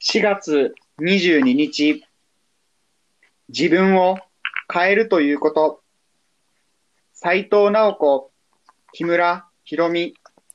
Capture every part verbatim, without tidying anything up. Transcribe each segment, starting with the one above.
しがつにじゅうににち、自分を変えるということ。斉藤直子、木村博美。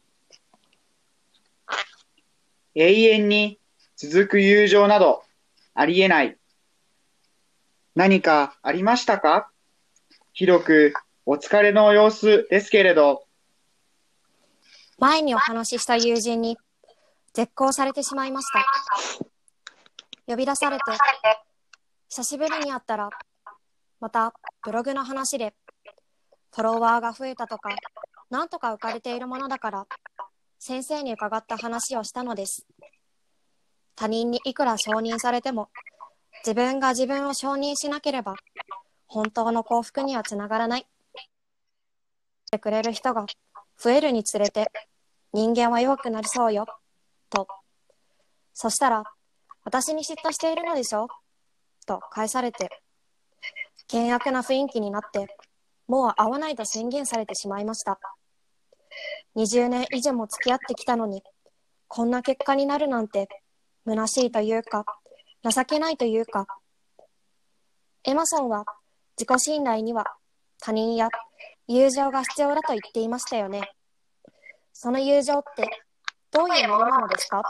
永遠に続く友情などありえない。何かありましたか？ひどくお疲れの様子ですけれど。 前にお話しした友人に絶交されてしまいました。呼び出されて、久しぶりに会ったら、またブログの話で、フォロワーが増えたとか、なんとか浮かれているものだから、先生に伺った話をしたのです。他人にいくら承認されても、自分が自分を承認しなければ、本当の幸福にはつながらない。てくれる人が増えるにつれて、人間は弱くなりそうよ、と。そしたら、私に嫉妬しているのでしょと返されて、険悪な雰囲気になって、もう会わないと宣言されてしまいました。にじゅうねん以上も付き合ってきたのに、こんな結果になるなんて、虚しいというか、情けないというか。エマソンは自己信頼には他人や友情が必要だと言っていましたよね。その友情ってどういうものなのですか？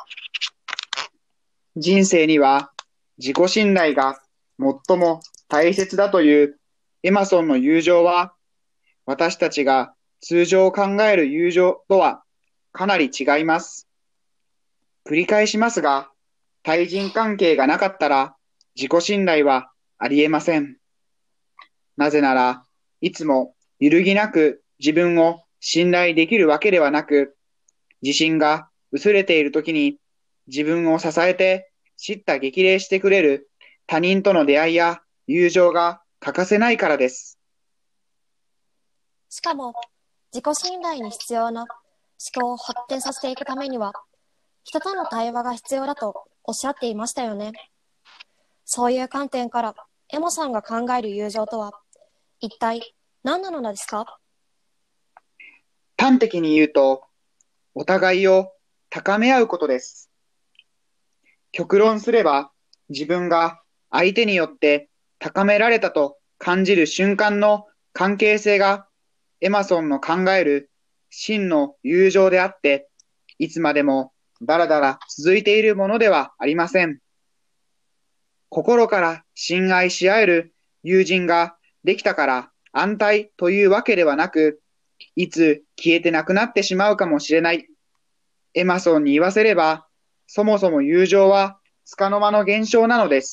人生には自己信頼が最も大切だというエマソンの友情は、私たちが通常考える友情とはかなり違います。繰り返しますが、対人関係がなかったら自己信頼はありえません。なぜなら、いつも揺るぎなく自分を信頼できるわけではなく、自信が薄れているときに自分を支えて叱咤激励してくれる他人との出会いや友情が欠かせないからです。 しかも、自己信頼に必要な思考を発展させていくためには、人との対話が必要だとおっしゃっていましたよね。そういう観点から、エモさんが考える友情とは、一体何なのですか？ 端的に言うと、お互いを高め合うことです。極論すれば、自分が相手によって高められたと感じる瞬間の関係性がエマソンの考える真の友情であって、いつまでもだらだら続いているものではありません。心から信頼し合える友人ができたから安泰というわけではなく、いつ消えてなくなってしまうかもしれない。エマソンに言わせれば、そもそも友情は束の間の現象なのです。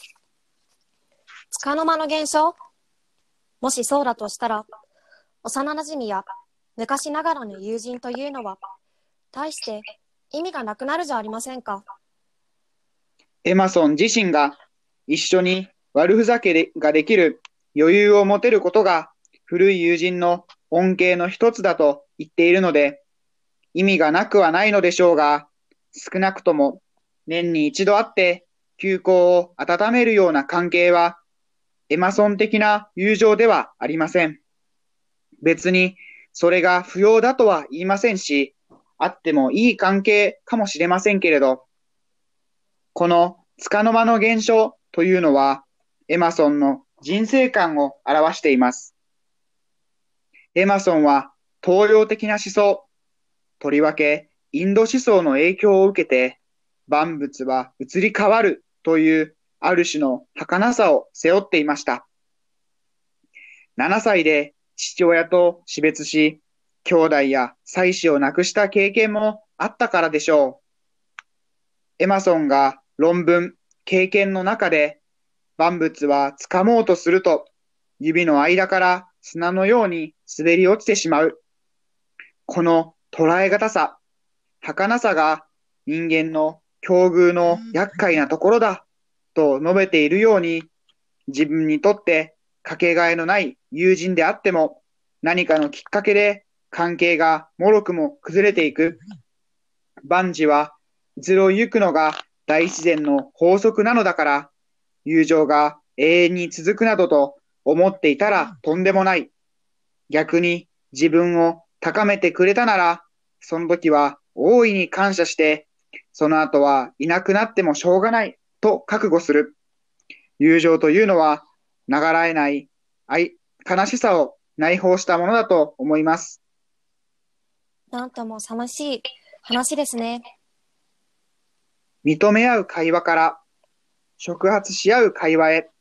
束の間の現象？もしそうだとしたら、幼馴染や昔ながらの友人というのは、大して意味がなくなるじゃありませんか。 エマソン自身が一緒に悪ふざけができる余裕を持てることが古い友人の恩恵の一つだと言っているので、意味がなくはないのでしょうが、少なくとも年に一度会って旧交を温めるような関係はエマソン的な友情ではありません。別にそれが不要だとは言いませんし、あってもいい関係かもしれませんけれど、この束の間の現象というのは、エマソンの人生観を表しています。エマソンは東洋的な思想、とりわけインド思想の影響を受けて、万物は移り変わるというある種の儚さを背負っていました。ななさいで父親と死別し、兄弟や妻子を亡くした経験もあったからでしょう。エマソンが論文、経験の中で、万物は掴もうとすると、指の間から砂のように滑り落ちてしまう。この捉えがたさ、儚さが人間の境遇の厄介なところだ、と述べているように、自分にとってかけがえのない友人であっても、何かのきっかけで関係が脆くも崩れていく。万事は移ろいゆくのが大自然の法則なのだから、友情が永遠に続くなどと思っていたらとんでもない。逆に自分を高めてくれたなら、その時は大いに感謝してその後はいなくなってもしょうがないと覚悟する。友情というのは、流らえない愛、悲しさを内包したものだと思います。 なんとも寂しい話ですね。 認め合う会話から触発し合う会話へ。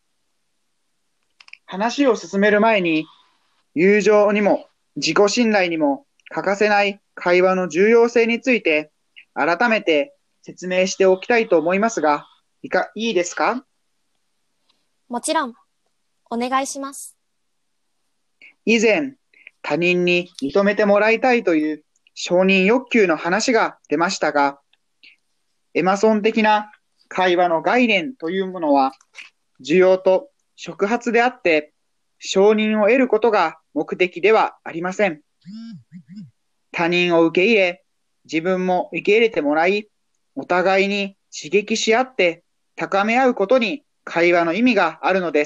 話を進める前に、友情にも自己信頼にも欠かせない会話の重要性について改めて説明しておきたいと思いますが、いか、いいですか？ もちろん、お願いします。 以前、他人に認めてもらいたいという承認欲求の話が出ましたが、エマソン的な会話の概念というものは、需要と触発であって、承認を得ることが目的ではありません。他人を受け入れ、自分も受け入れてもらい、お互いに刺激し合って高め合うことに会話の意味があるのです。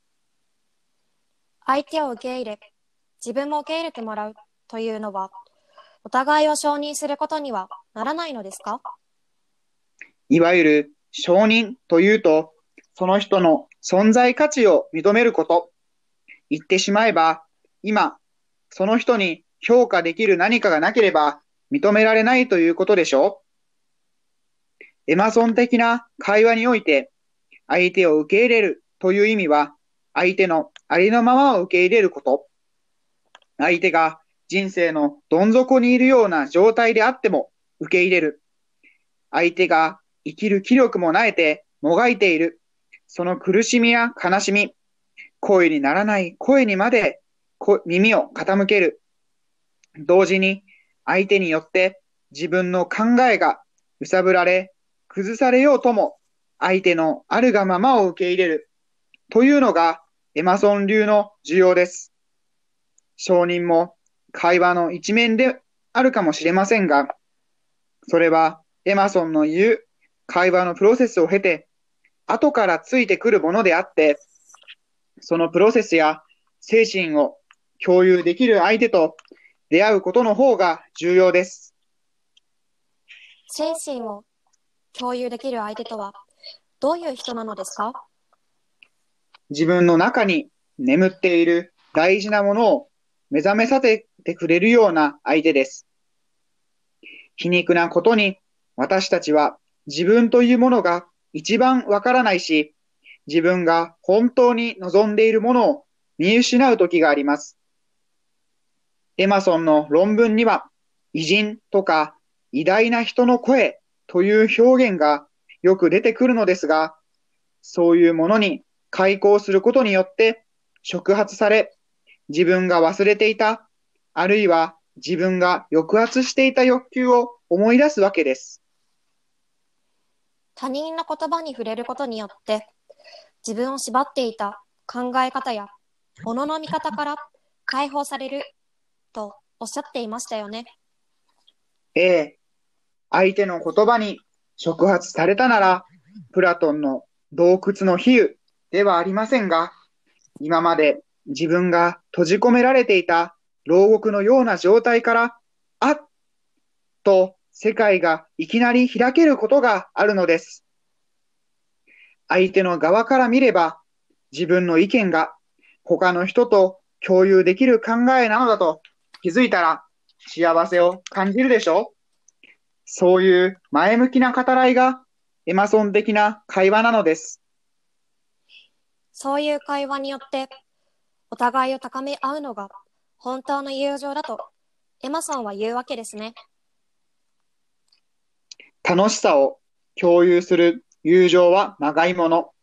相手を受け入れ、自分も受け入れてもらうというのは、お互いを承認することにはならないのですか？ いわゆる承認というと、その人の存在価値を認めること。言ってしまえば、今、その人に評価できる何かがなければ認められないということでしょう。エマソン的な会話において、相手を受け入れるという意味は、相手のありのままを受け入れること。相手が人生のどん底にいるような状態であっても受け入れる。相手が生きる気力もなえてもがいている。その苦しみや悲しみ、声にならない声にまで耳を傾ける。同時に相手によって自分の考えが揺さぶられ、崩されようとも相手のあるがままを受け入れる。というのがエマソン流の需要です。承認も会話の一面であるかもしれませんが、それはエマソンの言う会話のプロセスを経て、後からついてくるものであって、そのプロセスや精神を共有できる相手と出会うことの方が重要です。 精神を共有できる相手とはどういう人なのですか？ 自分の中に眠っている大事なものを目覚めさせてくれるような相手です。皮肉なことに、私たちは自分というものが一番わからないし、自分が本当に望んでいるものを見失う時があります。エマソンの論文には、偉人とか偉大な人の声という表現がよく出てくるのですが、そういうものに開口することによって触発され、自分が忘れていた、あるいは自分が抑圧していた欲求を思い出すわけです。 他人の言葉に触れることによって自分を縛っていた考え方や物の見方から解放されるとおっしゃっていましたよね。 ええ、相手の言葉に触発されたなら、プラトンの洞窟の比喩ではありませんが、今まで自分が閉じ込められていた牢獄のような状態から、あっと世界がいきなり開けることがあるのです。相手の側から見れば、自分の意見が他の人と共有できる考えなのだと気づいたら幸せを感じるでしょう。そういう前向きな語らいがエマソン的な会話なのです。 そういう会話によってお互いを高め合うのが本当の友情だとエマソンは言うわけですね。 楽しさを共有する友情はまがいもの。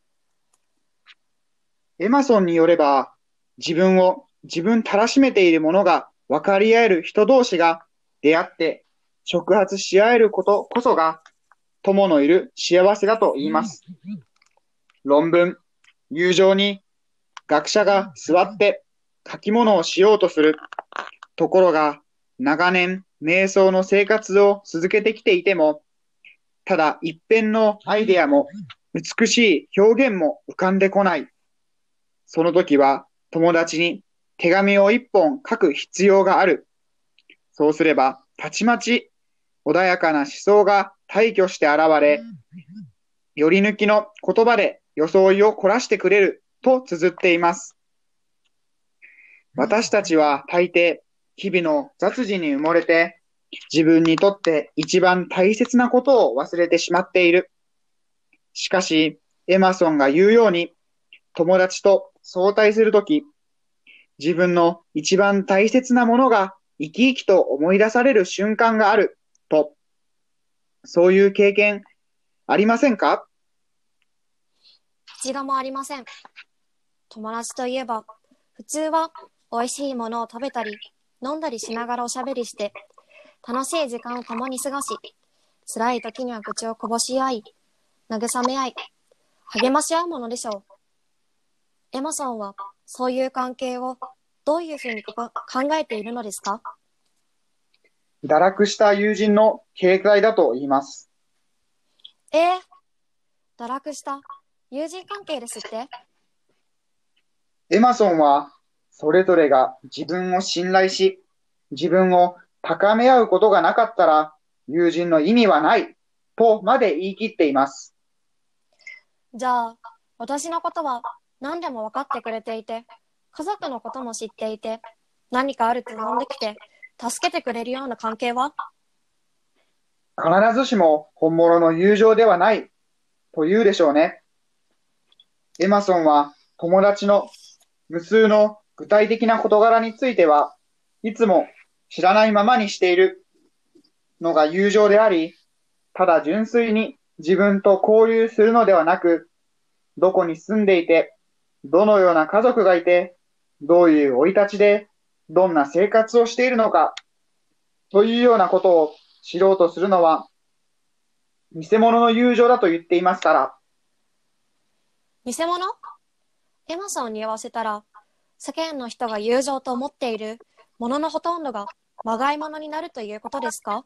エマソンによれば、自分を自分たらしめているものが分かり合える人同士が出会って触発し合えることこそが友のいる幸せだと言います。論文、友情に学者が座って書き物をしようとする。ところが長年瞑想の生活を続けてきていても、ただ一辺のアイデアも美しい表現も浮かんでこない。その時は友達に手紙を一本書く必要がある。そうすればたちまち穏やかな思想が大挙して現れ、より抜きの言葉で装いを凝らしてくれると綴っています。私たちは大抵、日々の雑事に埋もれて、自分にとって一番大切なことを忘れてしまっている。しかし、エマソンが言うように、友達と相対するとき、自分の一番大切なものが生き生きと思い出される瞬間があると、そういう経験ありませんか？ 一度もありません。友達といえば、普通は美味しいものを食べたり、飲んだりしながらおしゃべりして、楽しい時間を共に過ごし、辛い時には愚痴をこぼし合い、慰め合い、励まし合うものでしょう。エマソンはそういう関係をどういうふうに考えているのですか？ 堕落した友人の警戒だと言います。 えー、堕落した友人関係ですって？ エマソンは、それぞれが自分を信頼し、自分を高め合うことがなかったら、友人の意味はない、とまで言い切っています。 じゃあ、私のことは何でも分かってくれていて、家族のことも知っていて、何かあると呼んできて、助けてくれるような関係は？ 必ずしも本物の友情ではない、と言うでしょうね。エマソンは友達の無数の具体的な事柄については、いつも知らないままにしているのが友情であり、ただ純粋に自分と交流するのではなく、どこに住んでいて、どのような家族がいて、どういう生い立ちで、どんな生活をしているのか、というようなことを知ろうとするのは、偽物の友情だと言っていますから。 偽物？エマソンに言わせたら、世間の人が友情と思っているもののほとんどがまがいものになるということですか？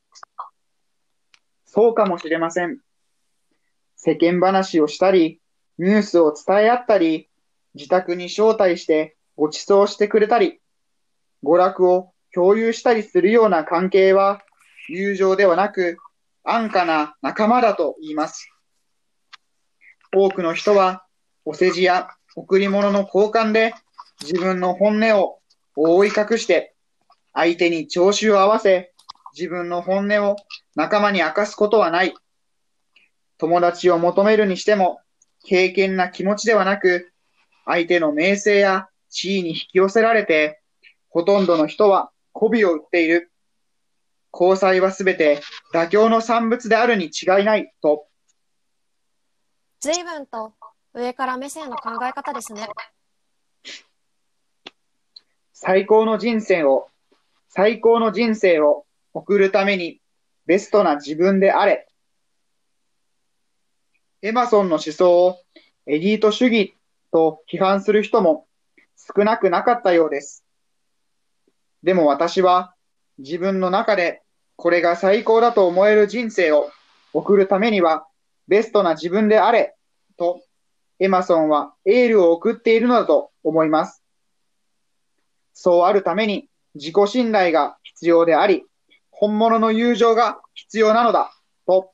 そうかもしれません。世間話をしたり、ニュースを伝え合ったり、自宅に招待してご馳走してくれたり、娯楽を共有したりするような関係は、友情ではなく、安価な仲間だと言います。多くの人は、お世辞や贈り物の交換で自分の本音を覆い隠して、相手に調子を合わせ、自分の本音を仲間に明かすことはない。友達を求めるにしても、敬虔な気持ちではなく、相手の名声や地位に引き寄せられて、ほとんどの人は媚びを売っている。交際はすべて妥協の産物であるに違いないと。 随分と上から目線の考え方ですね。 最高の人生を、最高の人生を送るためにベストな自分であれ。エマソンの思想をエリート主義と批判する人も少なくなかったようです。でも私は自分の中でこれが最高だと思える人生を送るためにはベストな自分であれとエマソンはエールを送っているのだと思います。そうあるために自己信頼が必要であり、本物の友情が必要なのだと。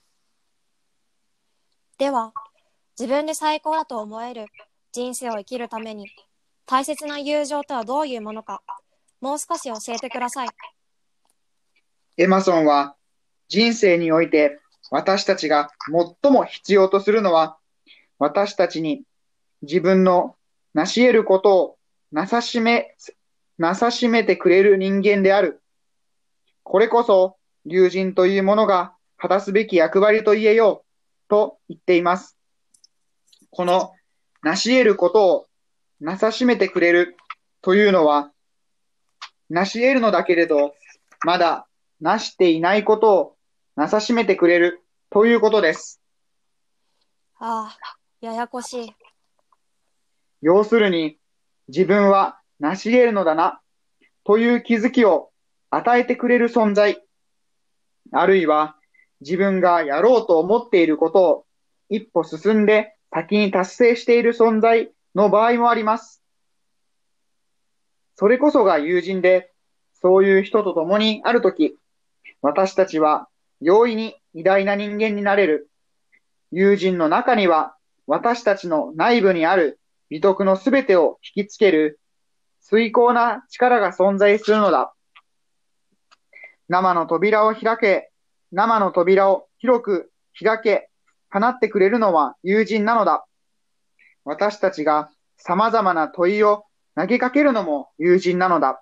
では、自分で最高だと思える人生を生きるために大切な友情とはどういうものか、もう少し教えてください。 エマソンは人生において私たちが最も必要とするのは、私たちに自分の成し得ることをなさしめ、なさしめてくれる人間である。これこそ友人というものが果たすべき役割と言えようと言っています。この成し得ることをなさしめてくれるというのは、成し得るのだけれど、まだ成していないことをなさしめてくれるということです。 ああ、ややこしい。 要するに、自分は成し得るのだなという気づきを与えてくれる存在、あるいは自分がやろうと思っていることを一歩進んで先に達成している存在の場合もあります。それこそが友人で、そういう人と共にあるとき、私たちは容易に偉大な人間になれる。友人の中には、私たちの内部にある美徳のすべてを引きつける崇高な力が存在するのだ。生の扉を開け、生の扉を広く開け、放ってくれるのは友人なのだ。私たちが様々な問いを投げかけるのも友人なのだ。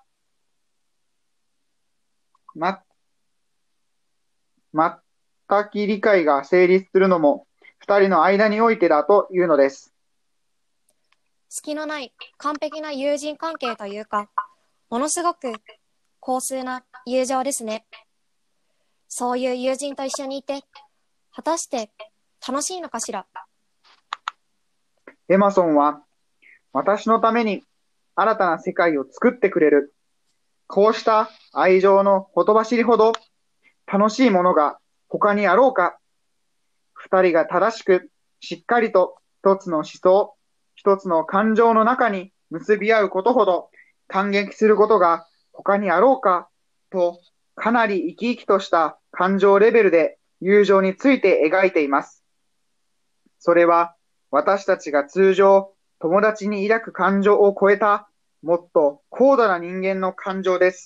ま、全く理解が成立するのも二人の間においてだというのです。 隙のない完璧な友人関係というか、ものすごく高数な友情ですね。そういう友人と一緒にいて、果たして楽しいのかしら。 エマソンは私のために新たな世界を作ってくれる。こうした愛情のほとばしりほど楽しいものが他にあろうか。二人が正しくしっかりと一つの思想、一つの感情の中に結び合うことほど感激することが他にあろうかと、かなり生き生きとした感情レベルで友情について描いています。それは私たちが通常友達に抱く感情を超えたもっと高度な人間の感情です。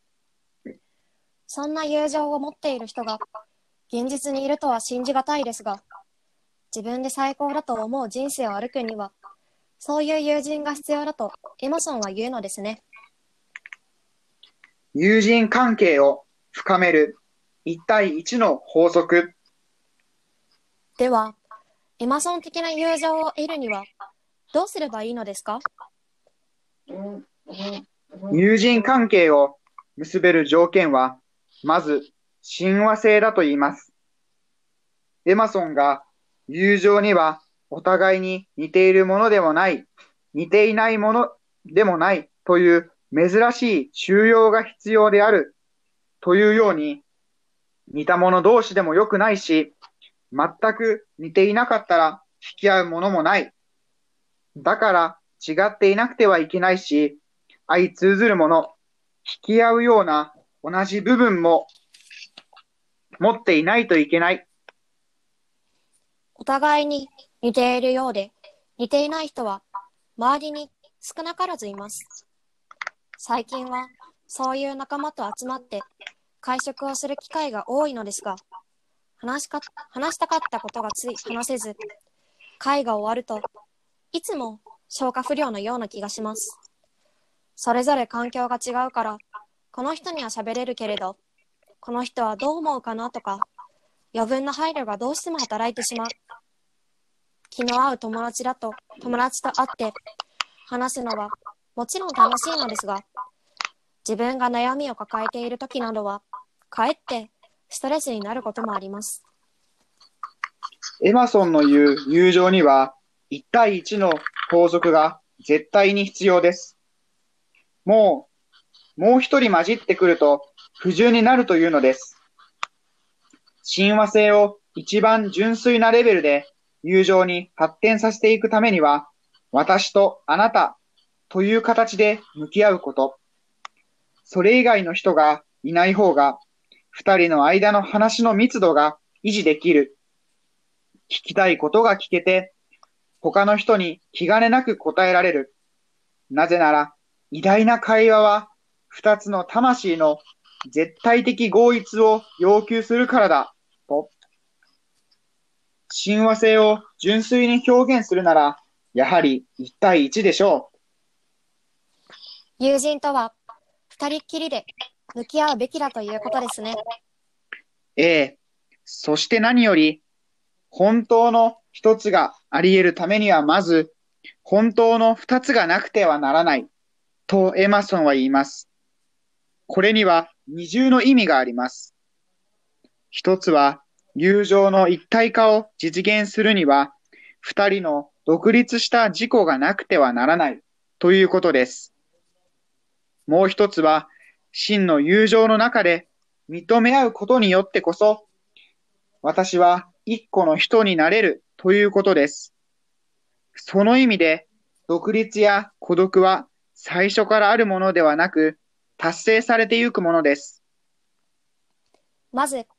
そんな友情を持っている人が現実にいるとは信じがたいですが、自分で最高だと思う人生を歩くには、そういう友人が必要だとエマソンは言うのですね。 友人関係を深める一対一の法則。 では、エマソン的な友情を得るにはどうすればいいのですか？ 友人関係を結べる条件は、まず親和性だと言います。エマソンが友情にはお互いに似ているものでもない、似ていないものでもないという珍しい中庸が必要であるというように、似た者同士でも良くないし、全く似ていなかったら引き合うものもない。だから違っていなくてはいけないし、相通ずるもの、引き合うような同じ部分も持っていないといけない。 お互いに似ているようで、似ていない人は周りに少なからずいます。最近はそういう仲間と集まって会食をする機会が多いのですが、話しか、話したかったことがつい話せず、会が終わるといつも消化不良のような気がします。それぞれ環境が違うから、この人には喋れるけれど、この人はどう思うかなとか、余分な配慮がどうしても働いてしまう。気の合う友達だと友達と会って話すのはもちろん楽しいのですが、自分が悩みを抱えている時などはかえってストレスになることもあります。 エマソンの言う友情には一対一の法則が絶対に必要です。もう、もう一人混じってくると不純になるというのです。親和性を一番純粋なレベルで友情に発展させていくためには、私とあなたという形で向き合うこと。それ以外の人がいない方が、二人の間の話の密度が維持できる。聞きたいことが聞けて、他の人に気兼ねなく答えられる。なぜなら、偉大な会話は、二つの魂の絶対的合一を要求するからだ、と。親和性を純粋に表現するなら、やはり一対一でしょう。友人とは、二人っきりで向き合うべきだということですね。 ええ。そして何より、本当の一つがあり得るためにはまず、本当の二つがなくてはならない、とエマソンは言います。これには二重の意味があります。一つは、友情の一体化を実現するには、二人の独立した自己がなくてはならないということです。もう一つは、真の友情の中で認め合うことによってこそ、私は一個の人になれるということです。その意味で、独立や孤独は最初からあるものではなく、達成されてゆくものです。 まず、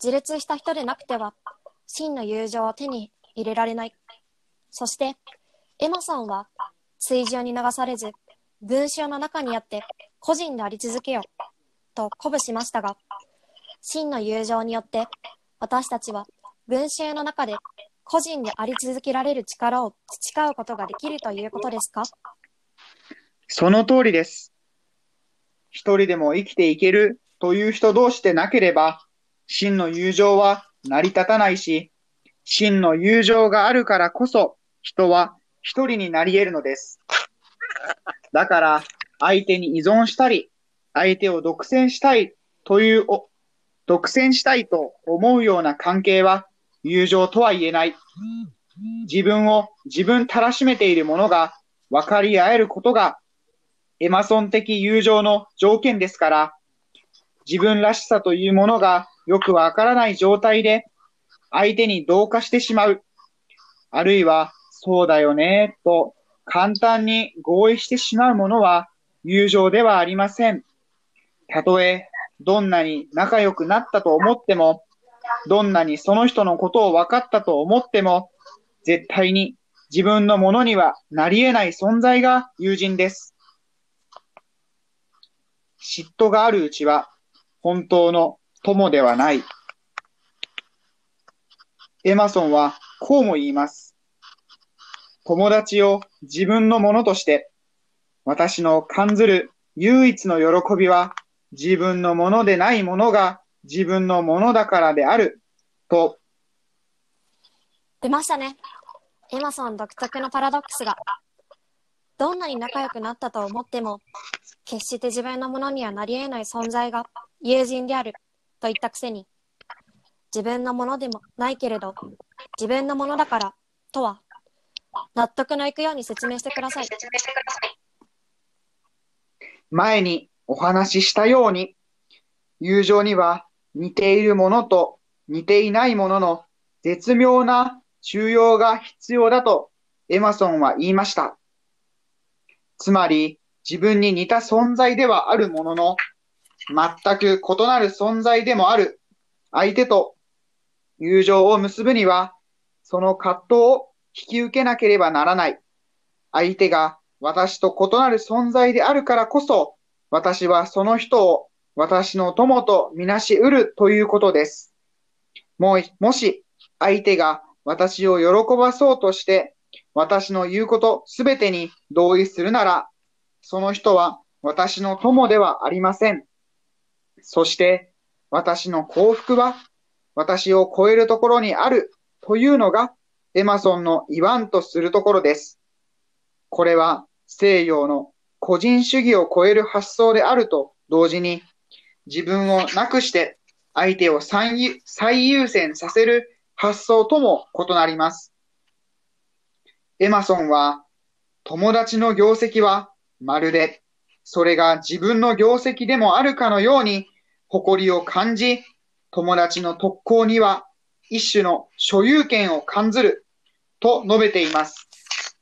自立した人でなくては真の友情を手に入れられない。そしてエマソンは追従に流されず群衆の中にあって個人であり続けよと鼓舞しましたが、真の友情によって私たちは群衆の中で個人であり続けられる力を培うことができるということですか？ その通りです。一人でも生きていけるという人同士でなければ、真の友情は成り立たないし、真の友情があるからこそ、人は一人になり得るのです。だから、相手に依存したり、相手を独占したいというお、独占したいと思うような関係は、友情とは言えない。自分を自分たらしめているものが分かり合えることが、エマソン的友情の条件ですから、自分らしさというものがよくわからない状態で、相手に同化してしまう。あるいは、そうだよね、と簡単に合意してしまうものは友情ではありません。たとえ、どんなに仲良くなったと思っても、どんなにその人のことを分かったと思っても、絶対に自分のものにはなり得ない存在が友人です。嫉妬があるうちは本当の友ではない。エマソンはこうも言います。友達を自分のものとして、私の感ずる唯一の喜びは自分のものでないものが自分のものだからであると。 出ましたね。エマソン独特のパラドックスが。どんなに仲良くなったと思っても、決して自分のものにはなり得ない存在が友人であると言ったくせに、自分のものでもないけれど、自分のものだからとは、納得のいくように説明してください。 前にお話ししたように、友情には似ているものと似ていないものの絶妙な中庸が必要だとエマソンは言いました。つまり自分に似た存在ではあるものの、全く異なる存在でもある相手と友情を結ぶには、その葛藤を引き受けなければならない。相手が私と異なる存在であるからこそ、私はその人を私の友とみなし得るということです。も、もし相手が私を喜ばそうとして、私の言うことすべてに同意するなら、その人は私の友ではありません。そして私の幸福は私を超えるところにあるというのがエマソンの言わんとするところです。これは西洋の個人主義を超える発想であると同時に、自分をなくして相手を最優先させる発想とも異なります。エマソンは、友達の業績はまるでそれが自分の業績でもあるかのように誇りを感じ、友達の特攻には一種の所有権を感ずると述べています。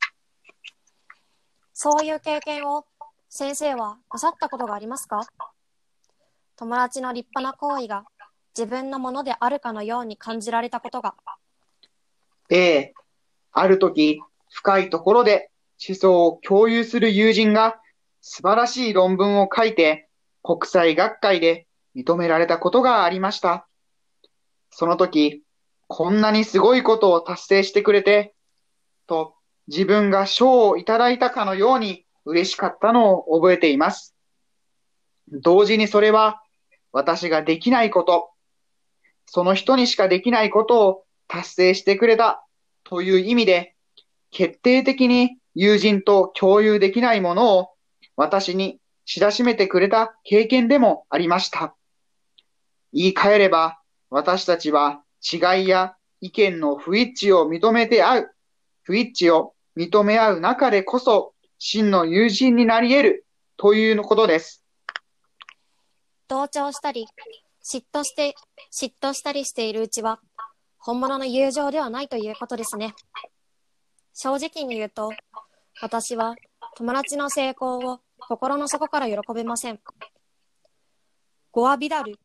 そういう経験を先生はなさったことがありますか？友達の立派な行為が自分のものであるかのように感じられたことが。 ええ、ある時、深いところで思想を共有する友人が素晴らしい論文を書いて国際学会で認められたことがありました。その時、こんなにすごいことを達成してくれて、と自分が賞をいただいたかのように嬉しかったのを覚えています。同時にそれは私ができないこと、その人にしかできないことを達成してくれたという意味で、決定的に友人と共有できないものを私に知らしめてくれた経験でもありました。言い換えれば、私たちは違いや意見の不一致を認めて合う、不一致を認め合う中でこそ真の友人になり得るということです。 同調したり、嫉妬して、嫉妬したりしているうちは、本物の友情ではないということですね。正直に言うと、私は友達の成功を心の底から喜べません。ゴア・ビダル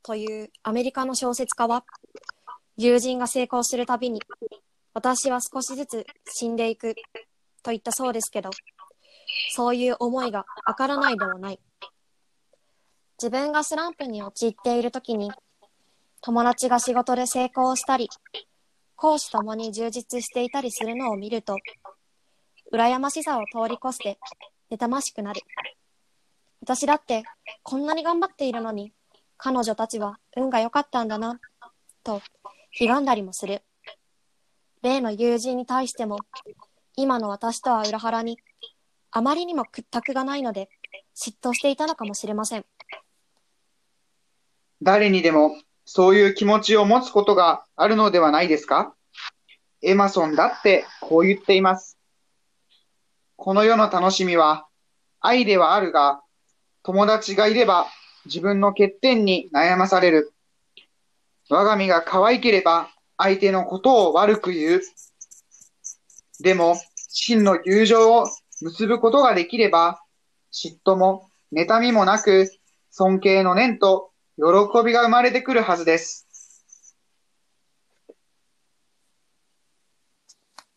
というアメリカの小説家は、友人が成功するたびに、私は少しずつ死んでいくと言ったそうですけど、そういう思いがわからないでもない。自分がスランプに陥っているときに、友達が仕事で成功したり、公私ともに充実していたりするのを見ると、羨ましさを通り越して妬ましくなる。私だってこんなに頑張っているのに、彼女たちは運が良かったんだな、と悲願だりもする。例の友人に対しても、今の私とは裏腹に、あまりにも屈託がないので、嫉妬していたのかもしれません。 誰にでもそういう気持ちを持つことがあるのではないですか？エマソンだってこう言っています。この世の楽しみは愛ではあるが、友達がいれば自分の欠点に悩まされる。我が身が可愛ければ相手のことを悪く言う。でも真の友情を結ぶことができれば、嫉妬も妬みもなく尊敬の念と喜びが生まれてくるはずです。